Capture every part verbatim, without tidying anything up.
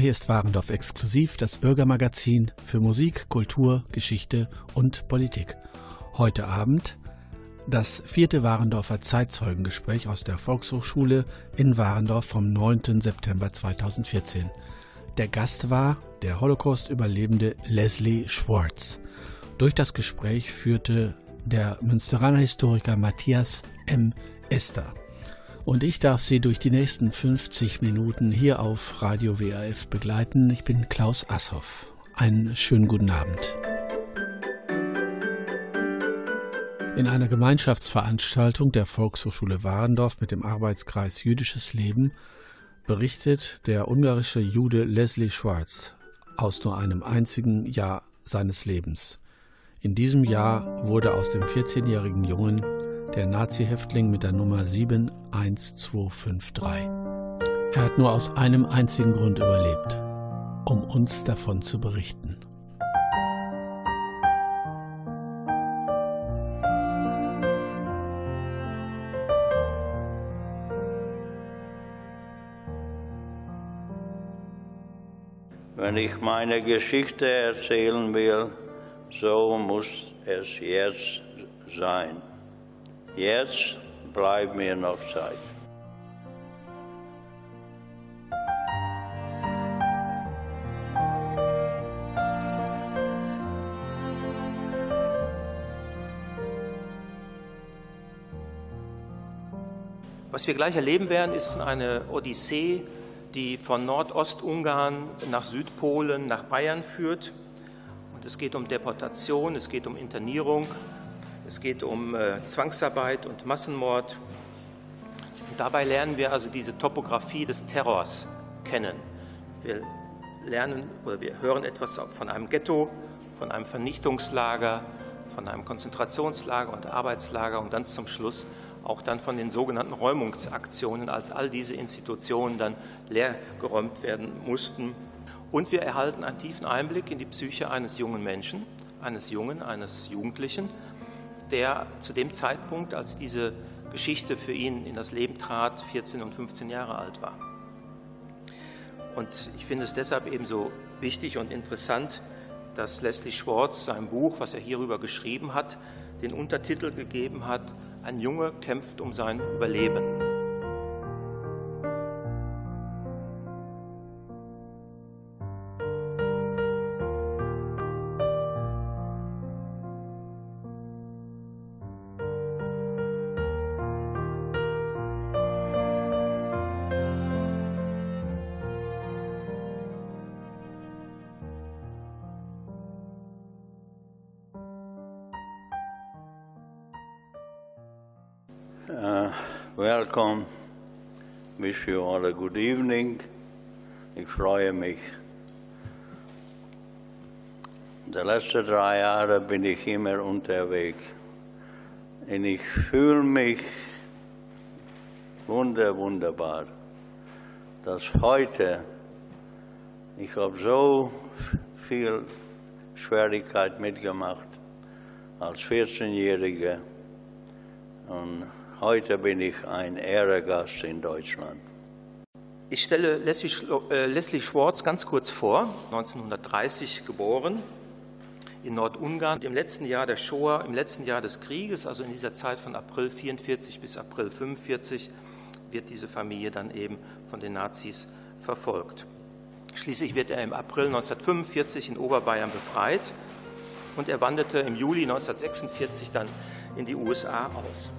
Hier ist Warendorf exklusiv, das Bürgermagazin für Musik, Kultur, Geschichte und Politik. Heute Abend das vierte Warendorfer Zeitzeugengespräch aus der Volkshochschule in Warendorf vom neunten September zweitausendvierzehn. Der Gast war der Holocaust-Überlebende Leslie Schwartz. Durch das Gespräch führte der Münsteraner Historiker Matthias M. Ester. Und ich darf Sie durch die nächsten fünfzig Minuten hier auf Radio W A F begleiten. Ich bin Klaus Asshoff. Einen schönen guten Abend. In einer Gemeinschaftsveranstaltung der Volkshochschule Warendorf mit dem Arbeitskreis Jüdisches Leben berichtet der ungarische Jude Leslie Schwartz aus nur einem einzigen Jahr seines Lebens. In diesem Jahr wurde aus dem vierzehnjährigen Jungen der Nazi-Häftling mit der Nummer sieben eins zwei fünf drei. Er hat nur aus einem einzigen Grund überlebt, um uns davon zu berichten. Wenn ich meine Geschichte erzählen will, so muss es jetzt sein. Jetzt bleibt mir noch Zeit. Was wir gleich erleben werden, ist eine Odyssee, die von Nordostungarn nach Südpolen, nach Bayern führt. Und es geht um Deportation, es geht um Internierung, es geht um äh, Zwangsarbeit und Massenmord. Und dabei lernen wir also diese Topographie des Terrors kennen. Wir lernen oder wir hören etwas von einem Ghetto, von einem Vernichtungslager, von einem Konzentrationslager und Arbeitslager und dann zum Schluss auch dann von den sogenannten Räumungsaktionen, als all diese Institutionen dann leergeräumt werden mussten. Und wir erhalten einen tiefen Einblick in die Psyche eines jungen Menschen, eines Jungen, eines Jugendlichen, der zu dem Zeitpunkt, als diese Geschichte für ihn in das Leben trat, vierzehn und fünfzehn Jahre alt war. Und ich finde es deshalb ebenso wichtig und interessant, dass Leslie Schwartz sein Buch, was er hierüber geschrieben hat, den Untertitel gegeben hat: Ein Junge kämpft um sein Überleben. Uh, welcome. Wish you all a good evening. Ich freue mich. Die letzten drei Jahre bin ich immer unterwegs. Und ich fühle mich wunder, wunderbar, dass heute, ich habe so viel Schwierigkeit mitgemacht als vierzehnjähriger und heute bin ich ein Ehrengast in Deutschland. Ich stelle Leslie, äh, Leslie Schwartz ganz kurz vor, neunzehnhundertdreißig geboren, in Nordungarn. Im letzten Jahr der Shoah, im letzten Jahr des Krieges, also in dieser Zeit von April vierundvierzig bis April fünfundvierzig, wird diese Familie dann eben von den Nazis verfolgt. Schließlich wird er im April neunzehnhundertfünfundvierzig in Oberbayern befreit und er wanderte im Juli neunzehnhundertsechsundvierzig dann in die U S A aus.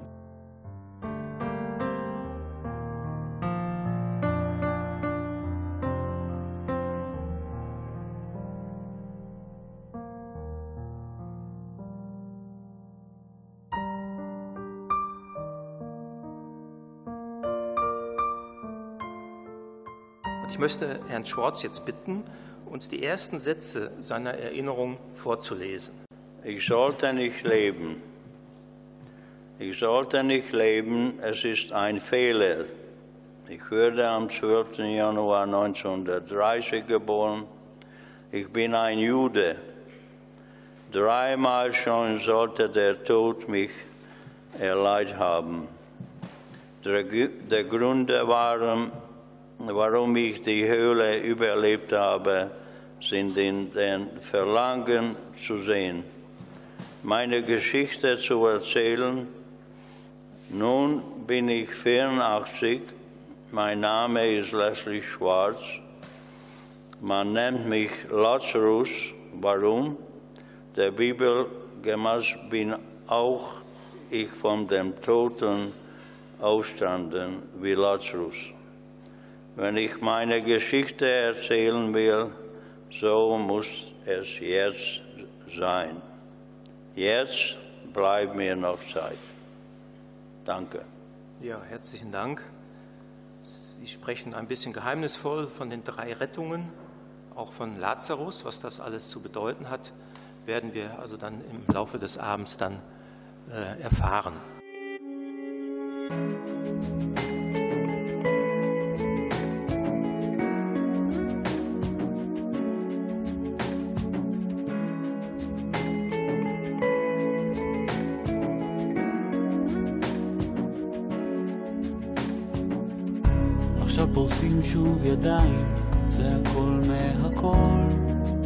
Ich möchte Herrn Schwartz jetzt bitten, uns die ersten Sätze seiner Erinnerung vorzulesen. Ich sollte nicht leben. Ich sollte nicht leben, es ist ein Fehler. Ich wurde am zwölften Januar neunzehnhundertdreißig geboren. Ich bin ein Jude. Dreimal schon sollte der Tod mich erleidet haben. Die Gründe waren warum ich die Höhle überlebt habe, sind in den Verlangen zu sehen, meine Geschichte zu erzählen. Nun bin ich vierundachtzig, mein Name ist Leslie Schwartz. Man nennt mich Lazarus. Warum? Der Bibel gemäß bin auch ich von dem Toten auferstanden wie Lazarus. Wenn ich meine Geschichte erzählen will, so muss es jetzt sein. Jetzt bleibt mir noch Zeit. Danke. Ja, herzlichen Dank. Sie sprechen ein bisschen geheimnisvoll von den drei Rettungen, auch von Lazarus. Was das alles zu bedeuten hat, werden wir also dann im Laufe des Abends dann äh, erfahren. עכשיו פורסים שוב ידיים, זה הכל מהכל.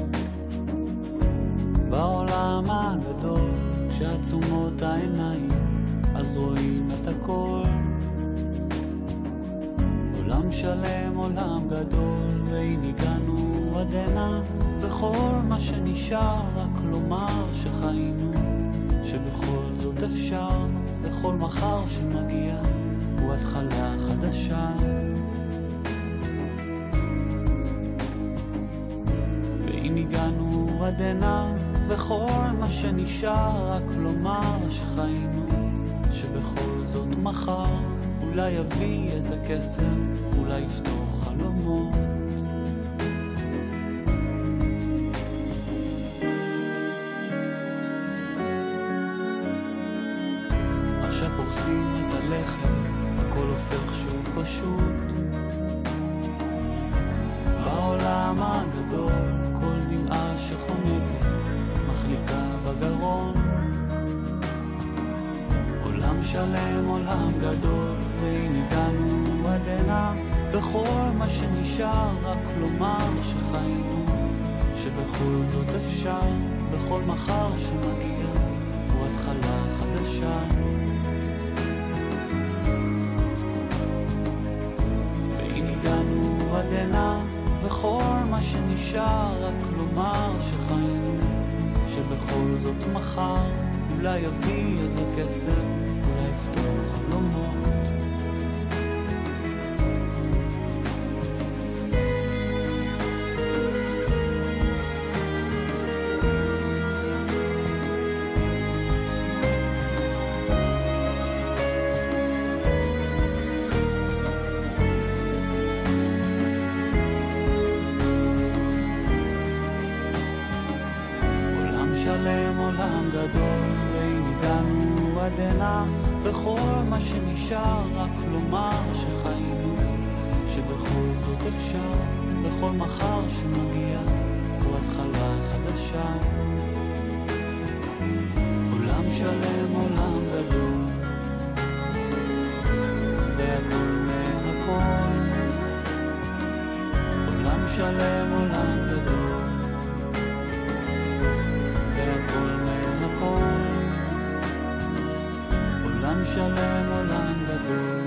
בעולם הגדול, כשעצומות העיניים, אז רואים את הכל. עולם שלם, עולם גדול, והנה הגענו עד הנה, בכל מה שנשאר, רק לומר שחיינו, שבכל זאת אפשר, בכל מחר שמגיע, הוא התחלה חדשה. ואם הגענו עד הנה, וכל מה שנשאר, רק לומר שחיינו, שבכל זאת מחר, אולי יביא איזה קסם, אולי יפתור חלומות. עכשיו פורסים את הלחם, הכל הופך שוב פשוט. בעולם הגדול, כל דמעה שחונקת, מחליקה בגרון. עולם שלם, עולם גדול, והנה הגענו עד הנה, בכל מה שנשאר, רק לומר שחיינו, שבכל זאת אפשר, בכל מחר שמגיע, הוא התחלה חדשה. והנה הגענו עד הנה, בכל מה שנשאר, רק לומר שחיינו, שבכל זאת מחר, אולי יביא איזה כסף, אולי יפתור חלומות. בכל מה שנשאר, רק לומר שחיינו, שבכל זאת אפשר, בכל מחר שמגיע, כל התחלה חדשה. עולם שלם, עולם גדול, זה הכל מהכל. עולם שלם, עולם גדול, זה הכל מהכל. עולם שלם, עולם גדול.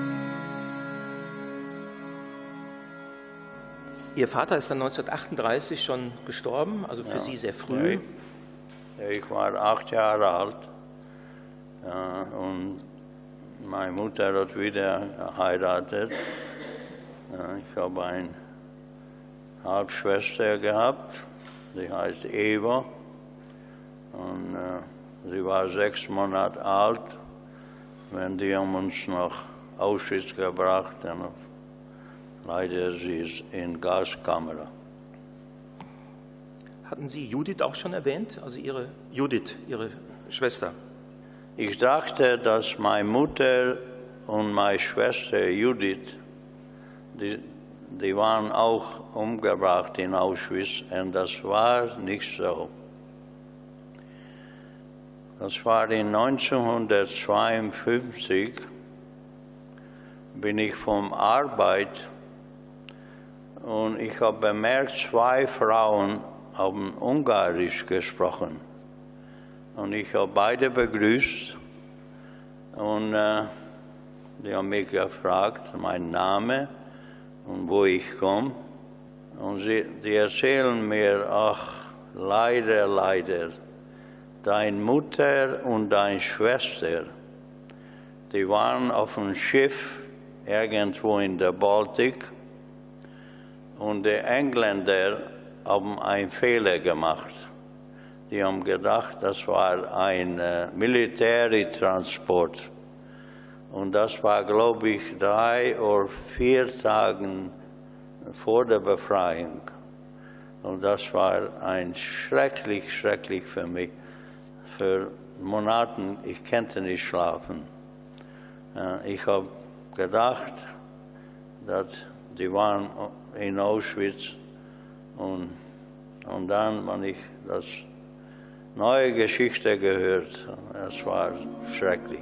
Ihr Vater ist dann neunzehnhundertachtunddreißig schon gestorben, also für ja, Sie sehr früh. Ja, ich war acht Jahre alt ja, und meine Mutter hat wieder geheiratet. Ja, ich habe eine Halbschwester gehabt, die heißt Eva. Und äh, sie war sechs Monate alt, wenn die haben uns nach Auschwitz gebracht. Und leider sie ist in Gaskammer. Hatten Sie Judith auch schon erwähnt, also Ihre Judith, Ihre Schwester? Ich dachte, dass meine Mutter und meine Schwester Judith, die, die waren auch umgebracht in Auschwitz, und das war nicht so. Das war in neunzehnhundertzweiundfünfzig, bin ich von Arbeit Und ich habe bemerkt, zwei Frauen haben Ungarisch gesprochen. Und ich habe beide begrüßt. Und äh, die haben mich gefragt, mein Name und wo ich komme. Und sie die erzählen mir, ach, leider, leider, deine Mutter und deine Schwester, die waren auf einem Schiff irgendwo in der Baltik und die Engländer haben einen Fehler gemacht. Die haben gedacht, das war ein äh, Militärtransport. Und das war, glaube ich, drei oder vier Tage vor der Befreiung. Und das war ein schrecklich, schrecklich für mich. Für Monate, ich konnte nicht schlafen. Äh, ich habe gedacht, dass die waren in Auschwitz. Und, und dann, wenn ich das neue Geschichte gehört, das war schrecklich.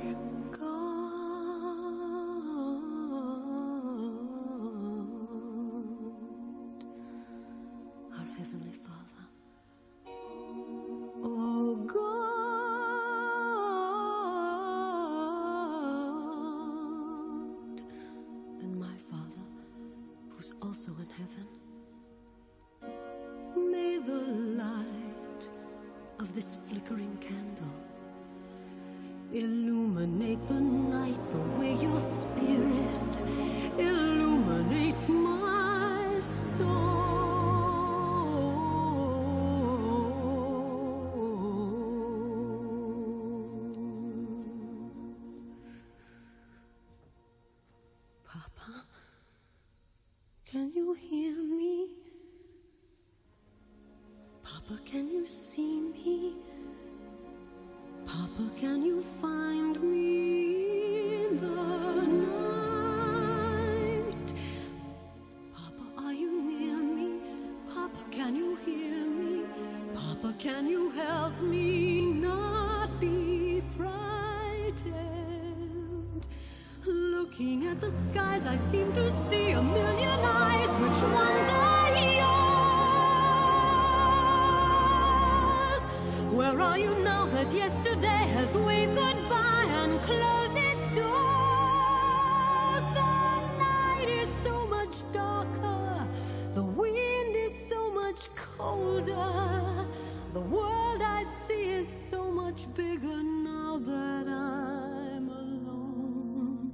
Papa, can you hear me? Papa, can you see me? Papa, can you find me in the night? Papa, are you near me? Papa, can you hear me? Papa, can you help me not be frightened? Looking at the skies, I seem to see a million eyes. Which ones are yours? Where are you now that yesterday has waved goodbye and closed its doors? The night is so much darker, the wind is so much colder. The world I see is so much bigger now that I'm alone.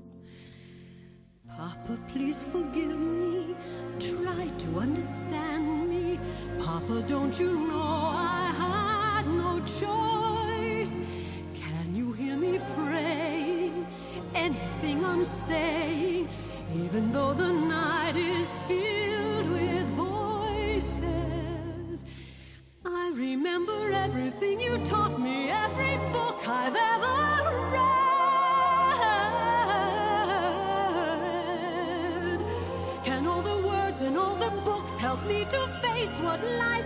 Papa, please forgive me. Try to understand me. Papa, don't you know I had no choice? Can you hear me praying? Anything I'm saying, even though the night is filled with voices. I remember everything you taught me, every book I've ever read. Can all the words and all the books help me to face what lies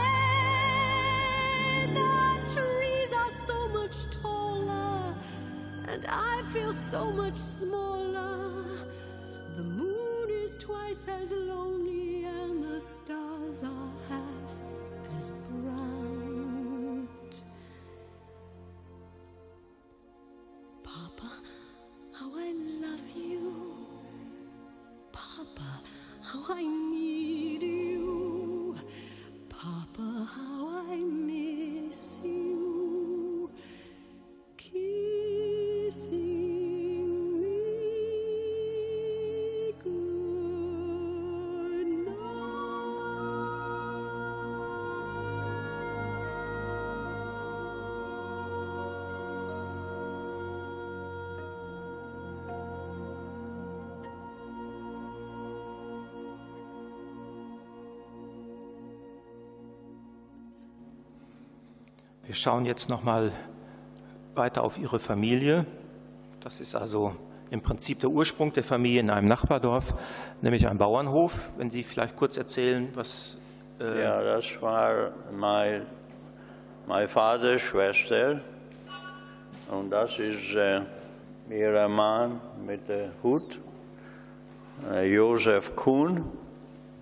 ahead? The trees are so much taller, and I feel so much smaller. The moon is twice as lonely, and the stars are half as bright. Papa, how I love you. Papa, how I need you. Papa, how I miss you. Kissing me good night. Wir schauen jetzt noch mal weiter auf Ihre Familie. Das ist also im Prinzip der Ursprung der Familie in einem Nachbardorf, nämlich ein Bauernhof. Wenn Sie vielleicht kurz erzählen, was... Äh ja, das war mein, mein Vater, Schwester. Und das ist äh, ihr Mann mit dem Hut, äh, Josef Kuhn.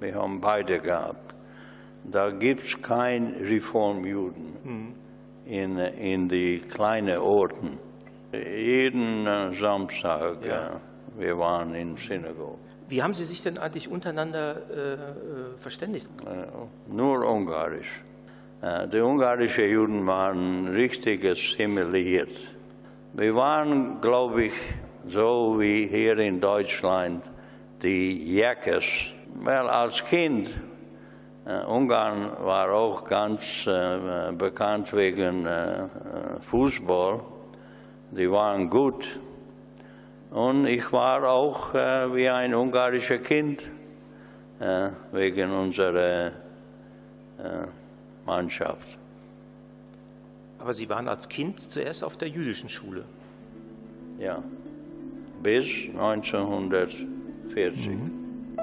Wir haben beide gehabt. Da gibt es kein Reformjuden mhm. in, in die kleinen Orten. Jeden äh, Samstag, ja. äh, wir waren in der Synagoge. Wie haben Sie sich denn eigentlich untereinander äh, verständigt? Äh, nur Ungarisch. Äh, die ungarischen Juden waren richtig assimiliert. Wir waren, glaube ich, so wie hier in Deutschland die Jäckers. Weil als Kind, äh, Ungarn war auch ganz äh, bekannt wegen äh, Fußball. Die waren gut. Und ich war auch äh, wie ein ungarisches Kind äh, wegen unserer äh, Mannschaft. Aber Sie waren als Kind zuerst auf der jüdischen Schule? Ja, bis neunzehnhundertvierzig. Mhm.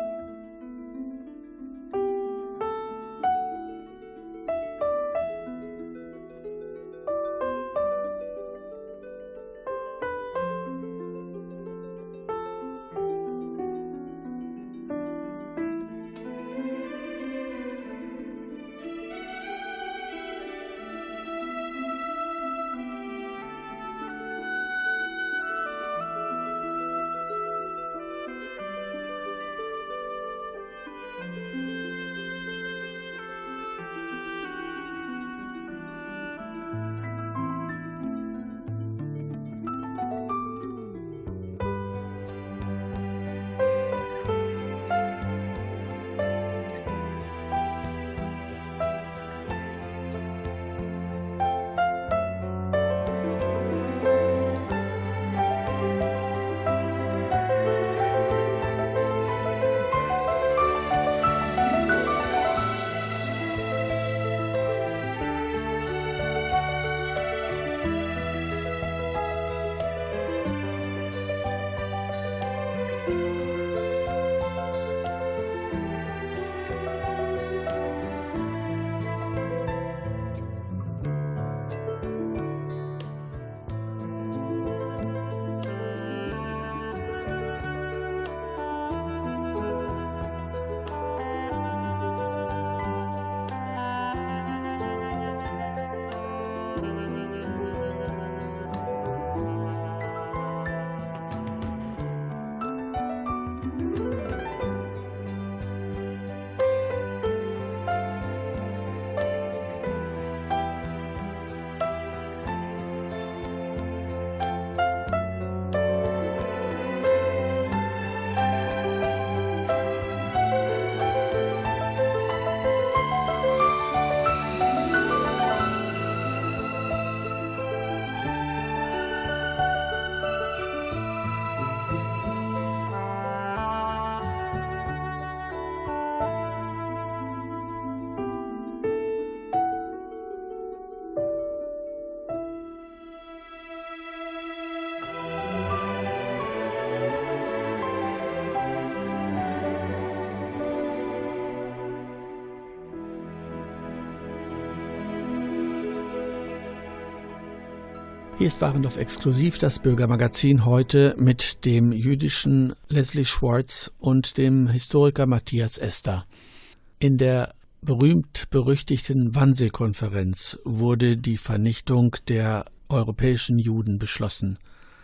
Hier ist Warendorf exklusiv, das Bürgermagazin, heute mit dem jüdischen Leslie Schwartz und dem Historiker Matthias Ester. In der berühmt-berüchtigten Wannsee-Konferenz wurde die Vernichtung der europäischen Juden beschlossen.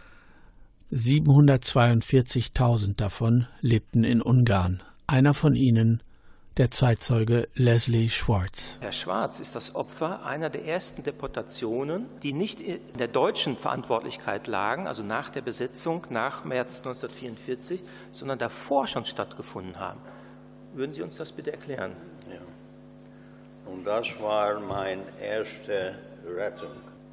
siebenhundertzweiundvierzigtausend davon lebten in Ungarn. Einer von ihnen, der Zeitzeuge Leslie Schwartz. Herr Schwartz ist das Opfer einer der ersten Deportationen, die nicht in der deutschen Verantwortlichkeit lagen, also nach der Besetzung, nach März neunzehnhundertvierundvierzig, sondern davor schon stattgefunden haben. Würden Sie uns das bitte erklären? Ja. Und das war meine erste Rettung.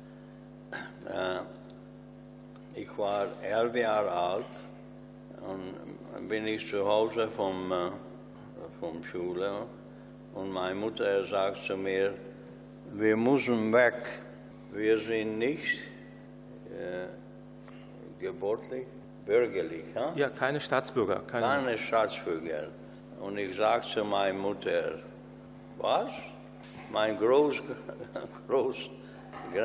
Ich war elf Jahre alt und bin ich zu Hause vom von Schule und meine Mutter sagt zu mir, wir müssen weg, wir sind nicht äh, geburtlich, bürgerlich. Huh? Ja, keine Staatsbürger. Keine, keine Staatsbürger. Und ich sage zu meiner Mutter, was? Mein Groß,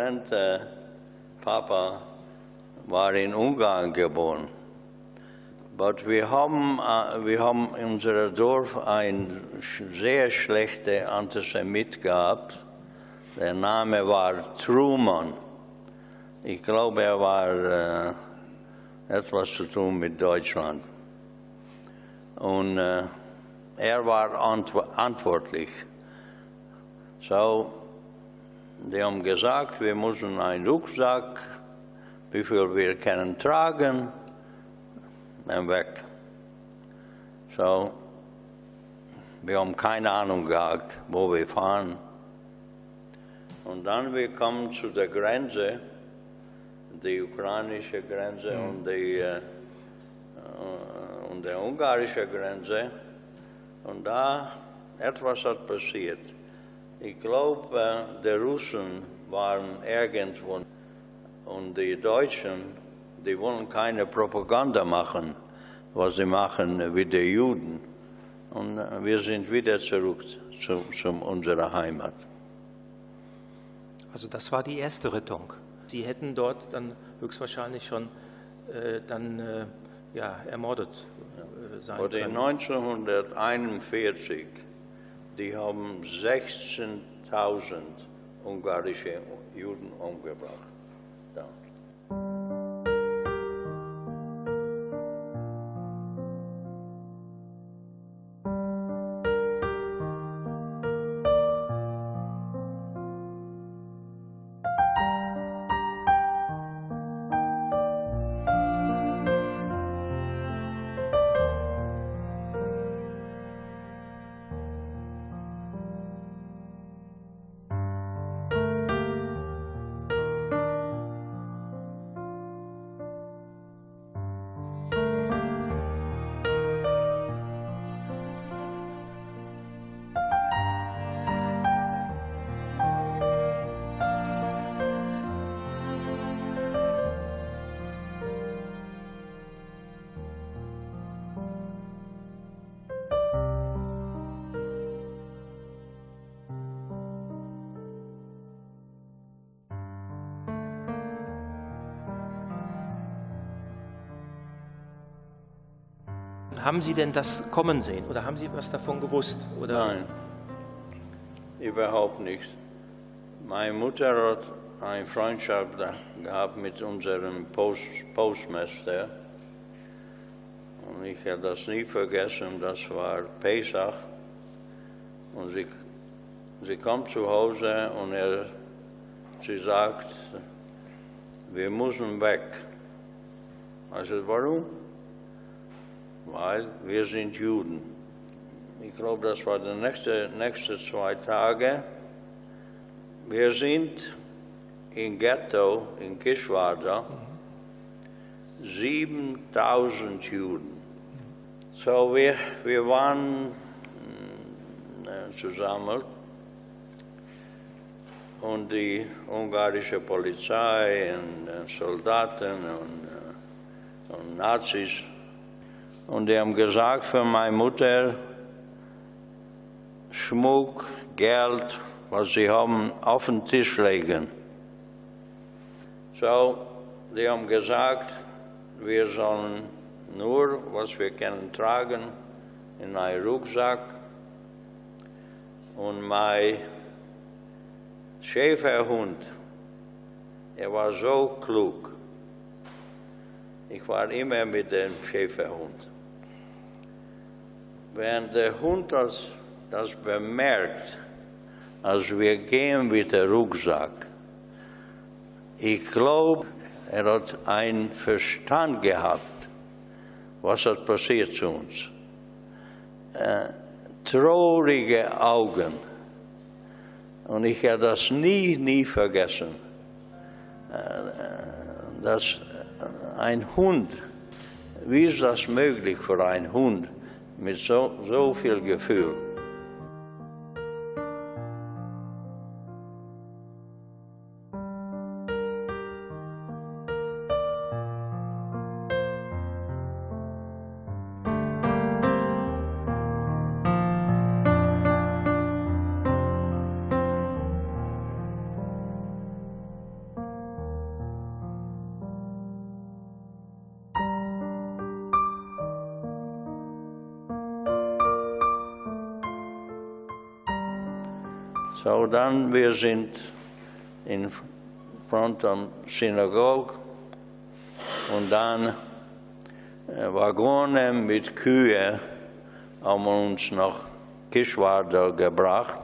Groß-Grandpapa war in Ungarn geboren. Aber wir haben, wir haben in unserem Dorf einen sehr schlechten Antisemit gehabt. Der Name war Truman. Ich glaube, er war äh, etwas zu tun mit Deutschland. Und äh, er war verantwortlich. So, die haben gesagt, wir müssen einen Rucksack, wie viel wir können tragen, und weg. So, wir haben keine Ahnung gehabt, wo wir fahren. Und dann wir kommen zu der Grenze, die ukrainische Grenze mhm. und die äh, und die ungarische Grenze. Und da etwas hat passiert. Ich glaube, äh, die Russen waren irgendwo und die Deutschen, die wollen keine Propaganda machen, was sie machen wie die Juden. Und äh, wir sind wieder zurück zu, zu unserer Heimat. Also das war die erste Rettung. Sie hätten dort dann höchstwahrscheinlich schon äh, dann äh, ja, ermordet äh, sein Oder können. neunzehnhunderteinundvierzig, die haben sechzehntausend ungarische Juden umgebracht. Ja. Haben Sie denn das kommen sehen oder haben Sie was davon gewusst? Oder? Nein, überhaupt nicht. Meine Mutter hat eine Freundschaft gehabt mit unserem Post, Postmeister. Und ich habe das nie vergessen, das war Pesach. Und sie, sie kommt zu Hause und er, sie sagt, wir müssen weg. Ich sagte, warum? Weil wir sind Juden. Ich glaube, das war die nächsten nächste zwei Tage. Wir sind im Ghetto in Kishwada, siebentausend Juden. So, wir, wir waren äh, zusammen und die ungarische Polizei und äh, Soldaten und, äh, und Nazis. Und die haben gesagt für meine Mutter, Schmuck, Geld, was sie haben, auf den Tisch legen. So, die haben gesagt, wir sollen nur, was wir können tragen, in einen Rucksack. Und mein Schäferhund, er war so klug. Ich war immer mit dem Schäferhund. Wenn der Hund das, das bemerkt, als wir gehen mit dem Rucksack, ich glaube, er hat einen Verstand gehabt, was hat passiert zu uns. Äh, traurige Augen. Und ich habe das nie, nie vergessen. Äh, dass ein Hund, wie ist das möglich für einen Hund mit so, so viel Gefühl? So, dann wir sind in front der Synagoge und dann äh, Waggonen mit Kühe haben uns nach Kishwarda gebracht.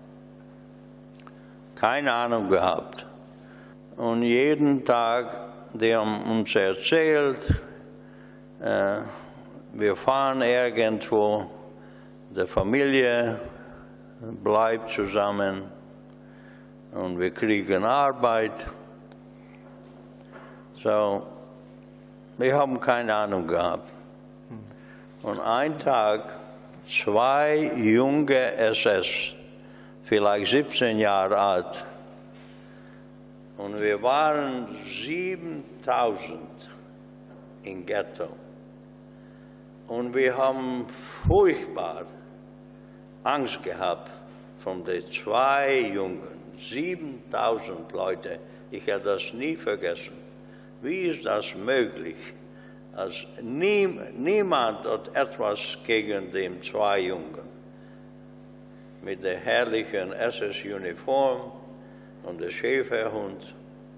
Keine Ahnung gehabt. Und jeden Tag, die haben uns erzählt, äh, wir fahren irgendwo, die Familie bleibt zusammen und wir kriegen Arbeit. So, wir haben keine Ahnung gehabt. Und ein Tag, zwei junge S S, vielleicht siebzehn Jahre alt, und wir waren siebentausend im Ghetto. Und wir haben furchtbar Angst gehabt von den zwei Jungen, siebentausend Leute. Ich werde das nie vergessen. Wie ist das möglich, als nie, niemand hat etwas gegen die zwei Jungen mit der herrlichen S S-Uniform und der Schäferhund.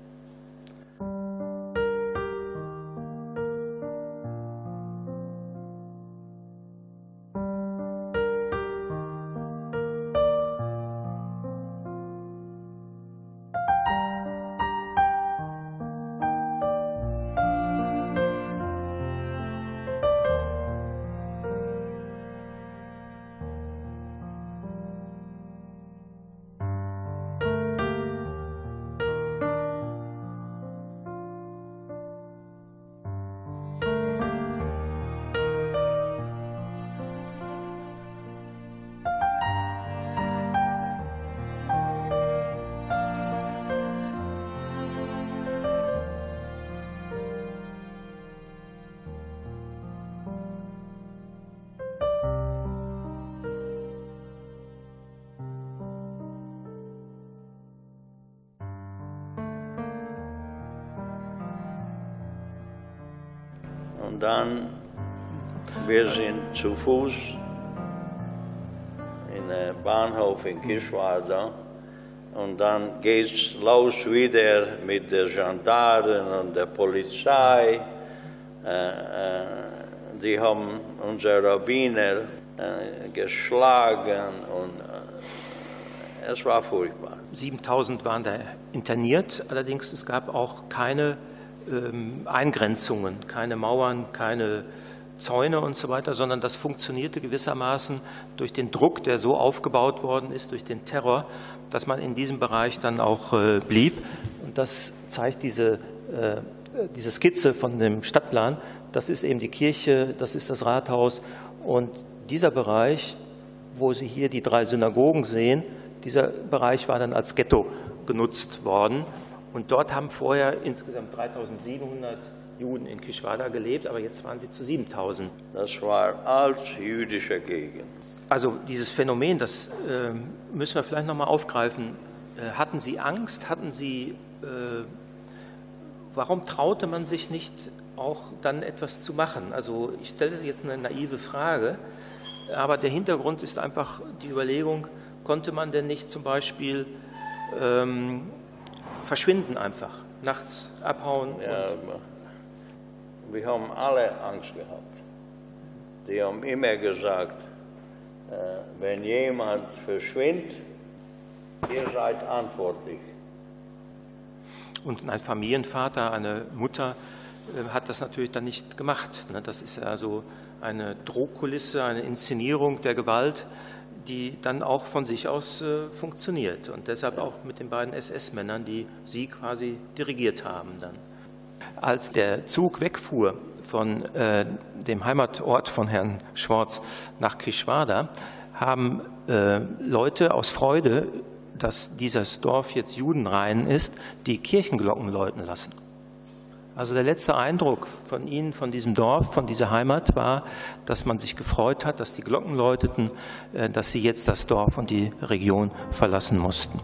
Und dann, wir sind zu Fuß in den Bahnhof in Kishwarda und dann geht's los wieder mit den Gendarmen und der Polizei. Äh, äh, die haben unsere Rabbiner äh, geschlagen und äh, es war furchtbar. siebentausend waren da interniert, allerdings es gab auch keine ähm, Eingrenzungen, keine Mauern, keine Zäune und so weiter, sondern das funktionierte gewissermaßen durch den Druck, der so aufgebaut worden ist, durch den Terror, dass man in diesem Bereich dann auch äh, blieb. Und das zeigt diese, äh, diese Skizze von dem Stadtplan. Das ist eben die Kirche, das ist das Rathaus. Und dieser Bereich, wo Sie hier die drei Synagogen sehen, dieser Bereich war dann als Ghetto genutzt worden. Und dort haben vorher insgesamt dreitausendsiebenhundert Juden in Kishwarda gelebt, aber jetzt waren sie zu siebentausend. Das war als jüdische Gegend. Also dieses Phänomen, das äh, müssen wir vielleicht noch mal aufgreifen. Äh, hatten Sie Angst? Hatten Sie, äh, warum traute man sich nicht auch dann etwas zu machen? Also ich stelle jetzt eine naive Frage, aber der Hintergrund ist einfach die Überlegung, konnte man denn nicht zum Beispiel ähm, verschwinden einfach, nachts abhauen? Ja, wir haben alle Angst gehabt. Die haben immer gesagt, äh, wenn jemand verschwindet, ihr seid verantwortlich. Und ein Familienvater, eine Mutter äh, hat das natürlich dann nicht gemacht. Ne? Das ist ja so eine Drohkulisse, eine Inszenierung der Gewalt, die dann auch von sich aus äh, funktioniert. Und deshalb auch mit den beiden S S-Männern, die sie quasi dirigiert haben dann. Als der Zug wegfuhr von äh, dem Heimatort von Herrn Schwarz nach Kishwarda, haben äh, Leute aus Freude, dass dieses Dorf jetzt judenrein ist, die Kirchenglocken läuten lassen. Also der letzte Eindruck von ihnen, von diesem Dorf, von dieser Heimat war, dass man sich gefreut hat, dass die Glocken läuteten, äh, dass sie jetzt das Dorf und die Region verlassen mussten.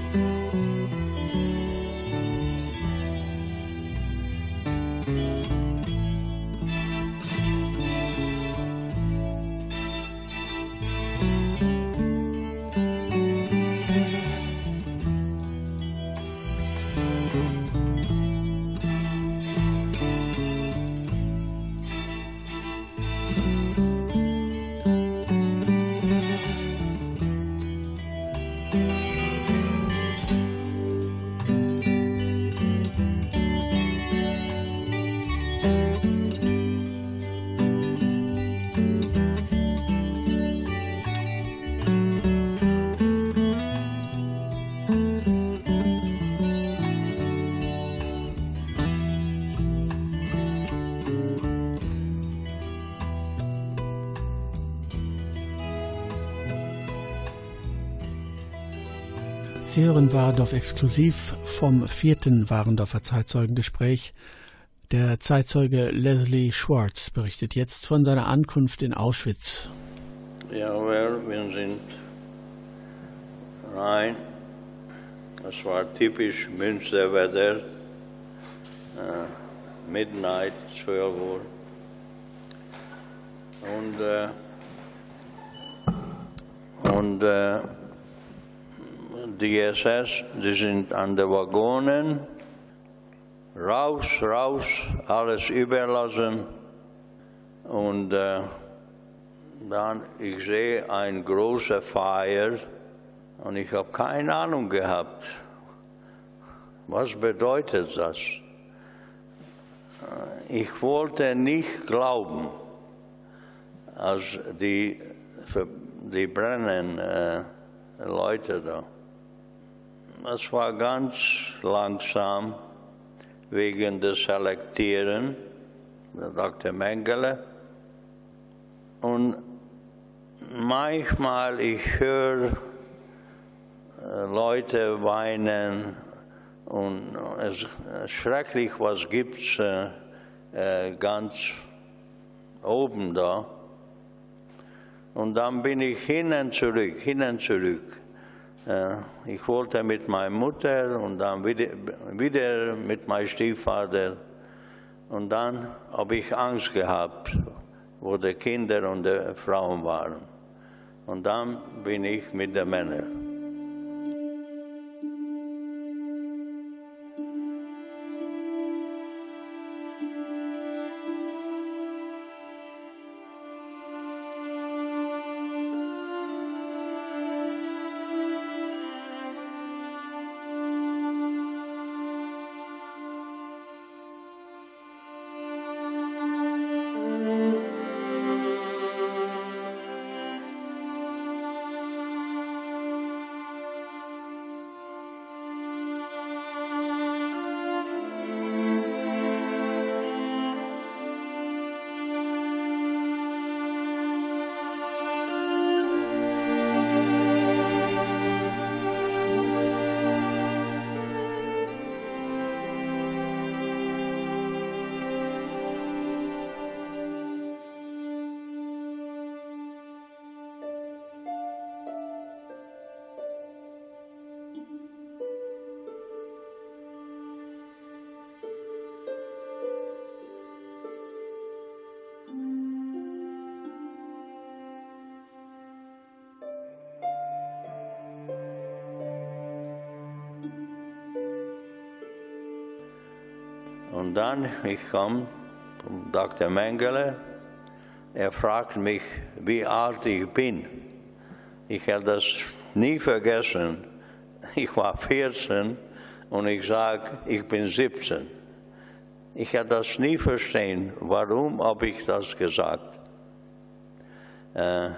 Sie hören Warendorf exklusiv vom vierten Warendorfer Zeitzeugengespräch. Der Zeitzeuge Leslie Schwartz berichtet jetzt von seiner Ankunft in Auschwitz. Ja, well, wir sind rein. Es war typisch Münsterwetter. Uh, Midnight, zwölf Uhr. Und, uh, und uh, die S S, die sind an den Waggonen, raus, raus, alles überlassen. Und äh, dann, ich sehe ein großer Feier und ich habe keine Ahnung gehabt. Was bedeutet das? Ich wollte nicht glauben, als die, die brennen äh, Leute da. Es war ganz langsam wegen des Selektieren, der Doktor Mengele. Und manchmal ich höre äh, Leute weinen und es ist schrecklich, was gibt es äh, äh, ganz oben da. Und dann bin ich hin und zurück, hin und zurück. Ich wollte mit meiner Mutter und dann wieder, wieder mit meinem Stiefvater. Und dann habe ich Angst gehabt, wo die Kinder und die Frauen waren. Und dann bin ich mit den Männern. Und dann, ich komme zum Doktor Mengele, er fragt mich, wie alt ich bin. Ich habe das nie vergessen. Ich war vierzehn und ich sage, ich bin siebzehn. Ich habe das nie verstehen. Warum habe ich das gesagt? Äh,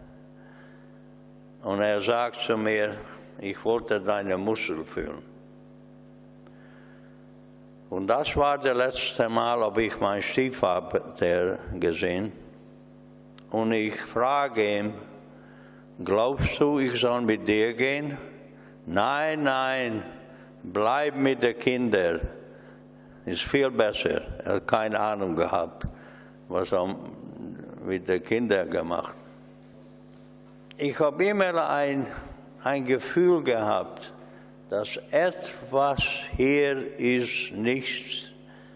und er sagt zu mir, ich wollte deine Muskel fühlen. Und das war das letzte Mal, habe ich meinen Stiefvater gesehen. Und ich frage ihn, glaubst du, ich soll mit dir gehen? Nein, nein, bleib mit den Kindern. Ist viel besser. Er hat keine Ahnung gehabt, was er mit den Kindern gemacht hat. Ich habe immer ein, ein Gefühl gehabt, dass etwas hier ist nicht,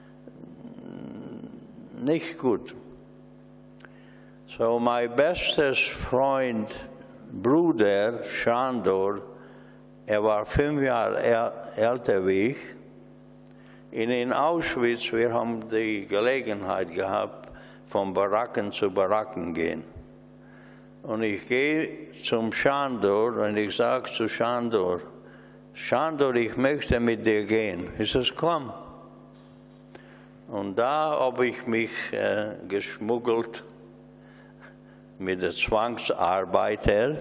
nicht gut. So, mein bestes Freund, Bruder Shandor, er war fünf Jahre älter wie ich. Und in Auschwitz, wir haben die Gelegenheit gehabt, von Baracken zu Baracken gehen. Und ich gehe zum Shandor und ich sage zu Shandor, Shandor, ich möchte mit dir gehen. Ich sage, komm. Und da habe ich mich äh, geschmuggelt mit den Zwangsarbeitern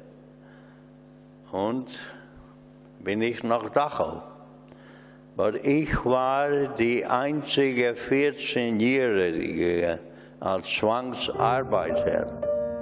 und bin ich nach Dachau. Aber ich war die einzige vierzehnjährige als Zwangsarbeiter.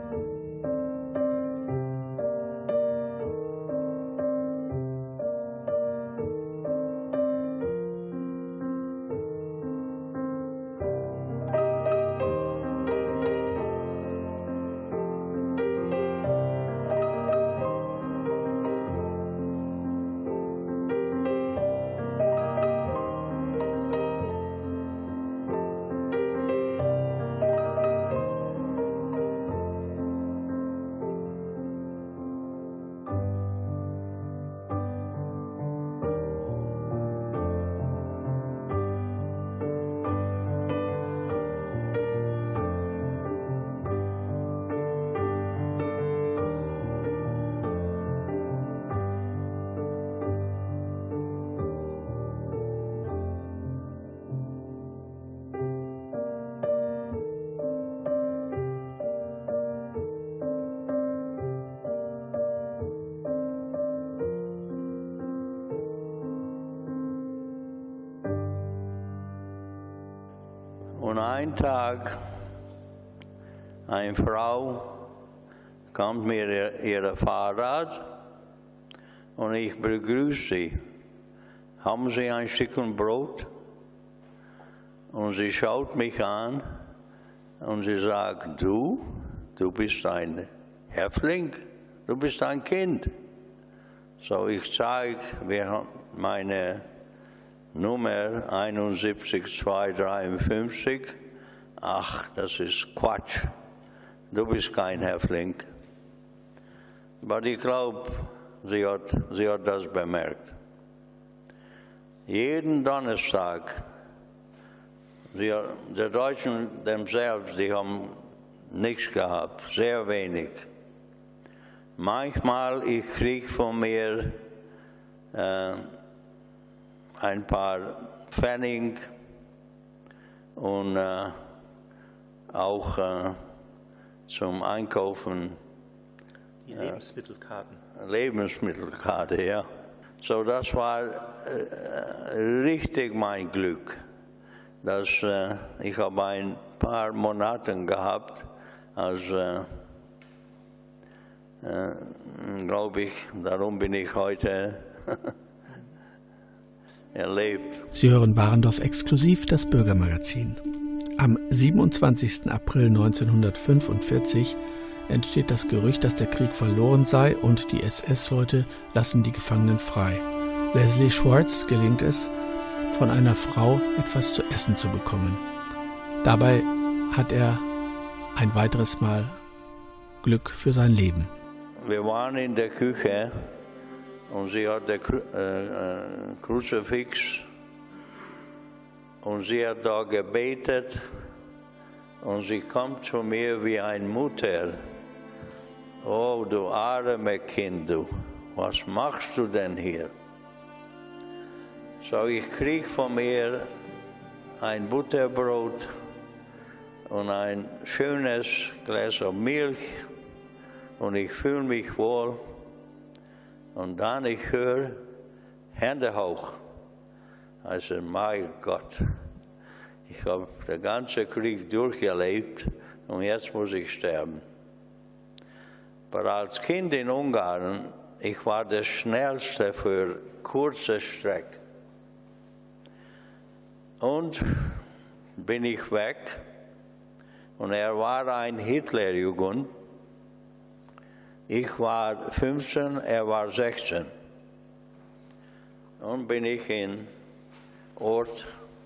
Und ein Tag, eine Frau kommt mit ihrem Fahrrad und ich begrüße sie. Haben Sie ein Stückchen Brot? Und sie schaut mich an und sie sagt, du, du bist ein Häftling, du bist ein Kind. So, ich zeige meine Nummer einundsiebzig zweihundertdreiundfünfzig. Ach, das ist Quatsch. Du bist kein Häftling. Aber ich glaube, sie hat, sie hat das bemerkt. Jeden Donnerstag, sie, die Deutschen themselves, die haben nichts gehabt, sehr wenig. Manchmal, ich kriege von mir äh, ein paar Pfennig und äh, auch äh, zum Einkaufen. Die Lebensmittelkarten. Äh, Lebensmittelkarte, ja. So, das war äh, richtig mein Glück. Dass, äh, ich habe ein paar Monate gehabt, als, äh, äh, glaube ich, darum bin ich heute erlebt. Sie hören Warendorf exklusiv, das Bürgermagazin. Am siebenundzwanzigsten April neunzehnhundertfünfundvierzig entsteht das Gerücht, dass der Krieg verloren sei und die S S-Leute lassen die Gefangenen frei. Leslie Schwartz gelingt es, von einer Frau etwas zu essen zu bekommen. Dabei hat er ein weiteres Mal Glück für sein Leben. Wir waren in der Küche und sie hat den Kru- äh, äh, Kruzifix und sie hat da gebetet und sie kommt zu mir wie eine Mutter. Oh, du arme Kind, du, was machst du denn hier? So, ich krieg von ihr ein Butterbrot und ein schönes Glas Milch und ich fühle mich wohl. Und dann ich höre, Hände hoch. Also, mein Gott, ich habe den ganzen Krieg durchgelebt und jetzt muss ich sterben. Aber als Kind in Ungarn, ich war der Schnellste für kurze Strecke. Und bin ich weg und er war ein Hitlerjugend. Ich war fünfzehn, er war sechzehn. Nun bin ich in Ort.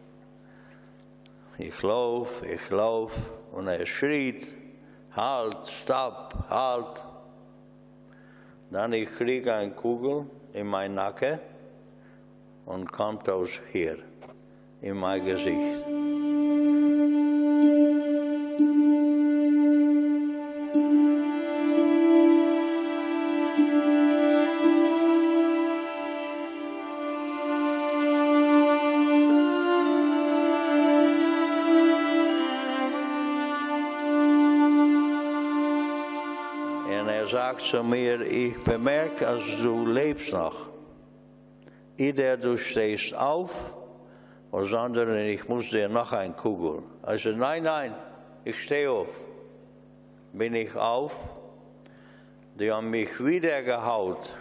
Ich lauf, ich lauf und er schreit, halt, stopp, halt. Dann ich kriege eine Kugel in mein Nacken und kommt aus hier, in mein Gesicht. Er sagt zu mir, ich bemerke, als du lebst noch. Entweder du stehst auf, oder sondern ich muss dir noch eine Kugel. Er sagt, nein, nein, ich stehe auf. Bin ich auf, die haben mich wieder gehaut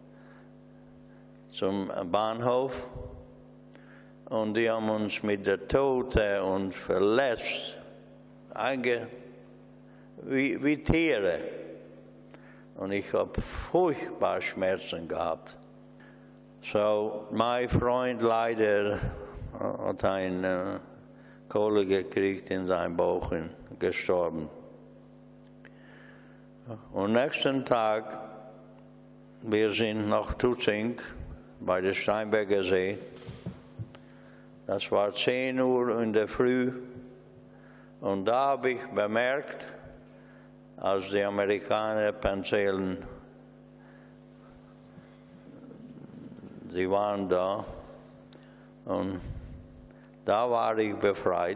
zum Bahnhof und die haben uns mit der Tote und verletzt, einge, wie, wie Tiere. Und ich habe furchtbar Schmerzen gehabt. So, mein Freund leider hat eine Kohle gekriegt in seinem Bauch und gestorben. Und nächsten Tag, wir sind nach Tutzing bei der Steinberger See. Das war zehn Uhr in der Früh. Und da habe ich bemerkt, als die Amerikaner Panzerlen, sie waren da und da war ich befreit.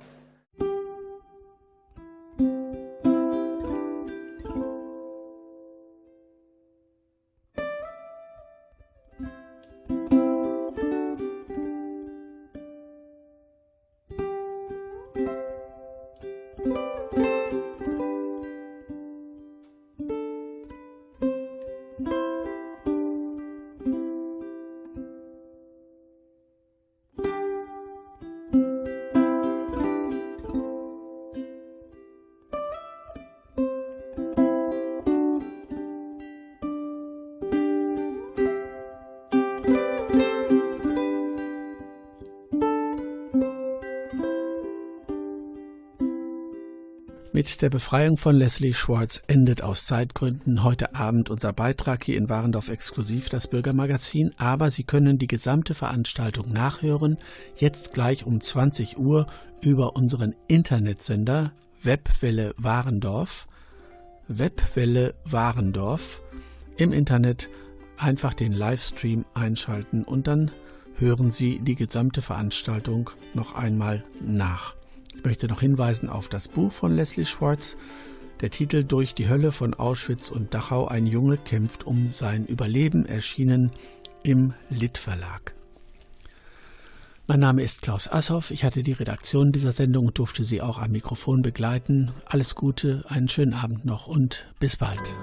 Mit der Befreiung von Leslie Schwartz endet aus Zeitgründen heute Abend unser Beitrag hier in Warendorf exklusiv, das Bürgermagazin. Aber Sie können die gesamte Veranstaltung nachhören, jetzt gleich um zwanzig Uhr über unseren Internetsender Webwelle Warendorf. Webwelle Warendorf. Im Internet einfach den Livestream einschalten und dann hören Sie die gesamte Veranstaltung noch einmal nach. Ich möchte noch hinweisen auf das Buch von Leslie Schwartz. Der Titel Durch die Hölle von Auschwitz und Dachau. Ein Junge kämpft um sein Überleben, erschienen im Litt Verlag. Mein Name ist Klaus Ashoff. Ich hatte die Redaktion dieser Sendung und durfte Sie auch am Mikrofon begleiten. Alles Gute, einen schönen Abend noch und bis bald.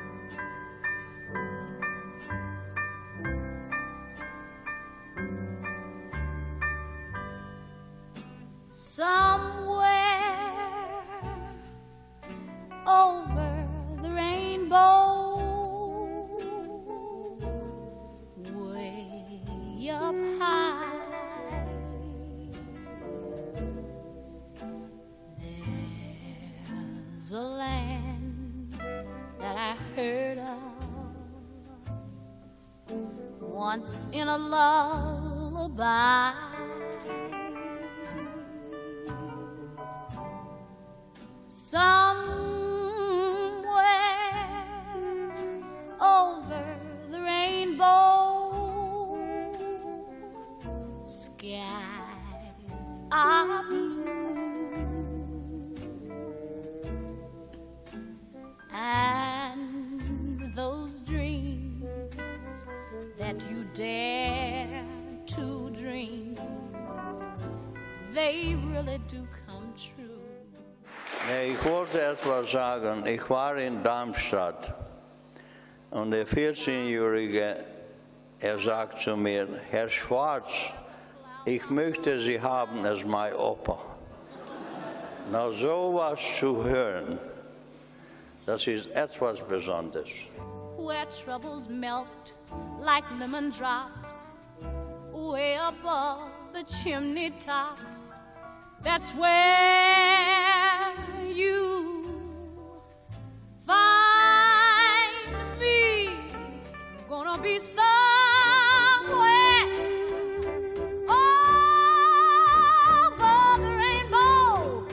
Somewhere over the rainbow, way up high, there's a land that I heard of once in a lullaby. Somewhere over the rainbow, skies are blue, and those dreams that you dare to dream, they really do come true. Nee, ich wollte etwas sagen. Ich war in Darmstadt und der vierzehnjährige, er sagt zu mir, Herr Schwartz, ich möchte Sie haben als mein Opa. Na, sowas zu hören, das ist etwas Besonderes. Where troubles melt like lemon drops way above the chimney tops. That's where you find me. Gonna be somewhere over the rainbow.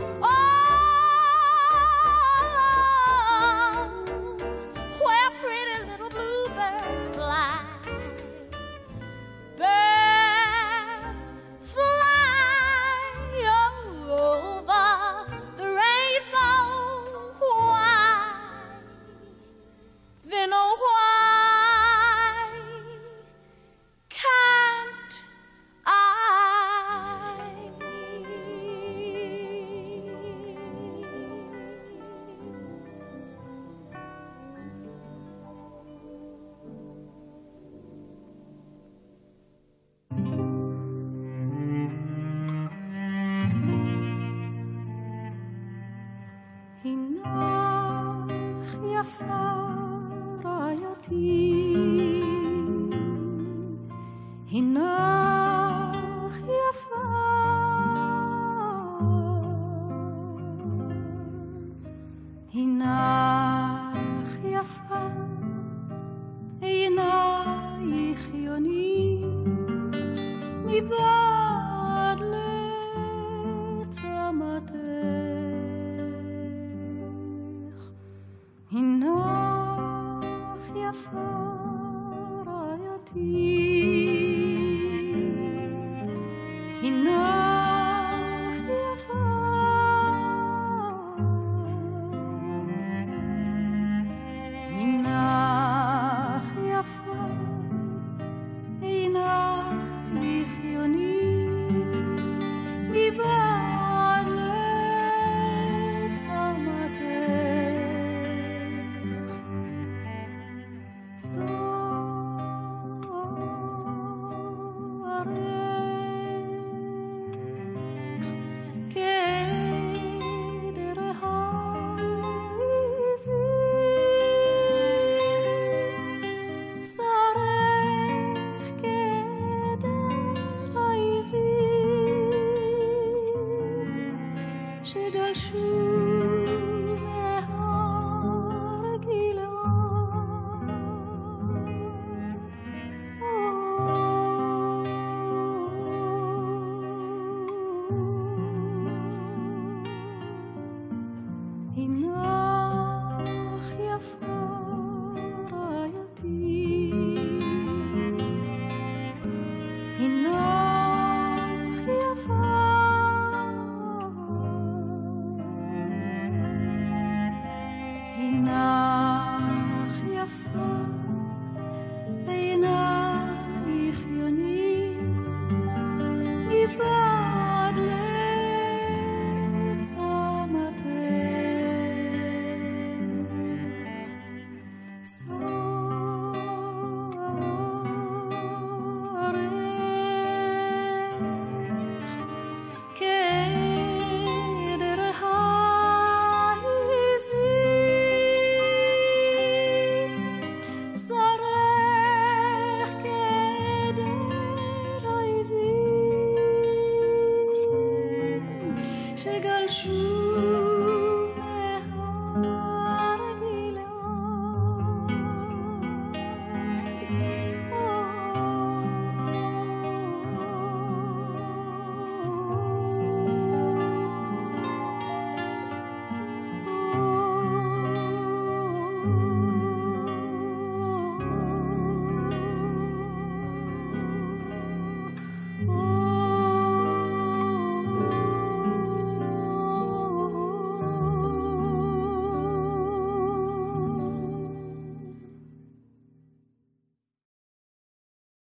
Oh, where pretty little bluebirds fly. Birds fly over the rainbow. Why? Then oh why can't I? הינך יפה רעייתי, הינך יפה, הינך יפה, עינייך יוני מבעד לצמתך. הינך יפה רעייתי, הינך יפה, הינך יפה, עינייך יוני מבעד לצמתך. Sugar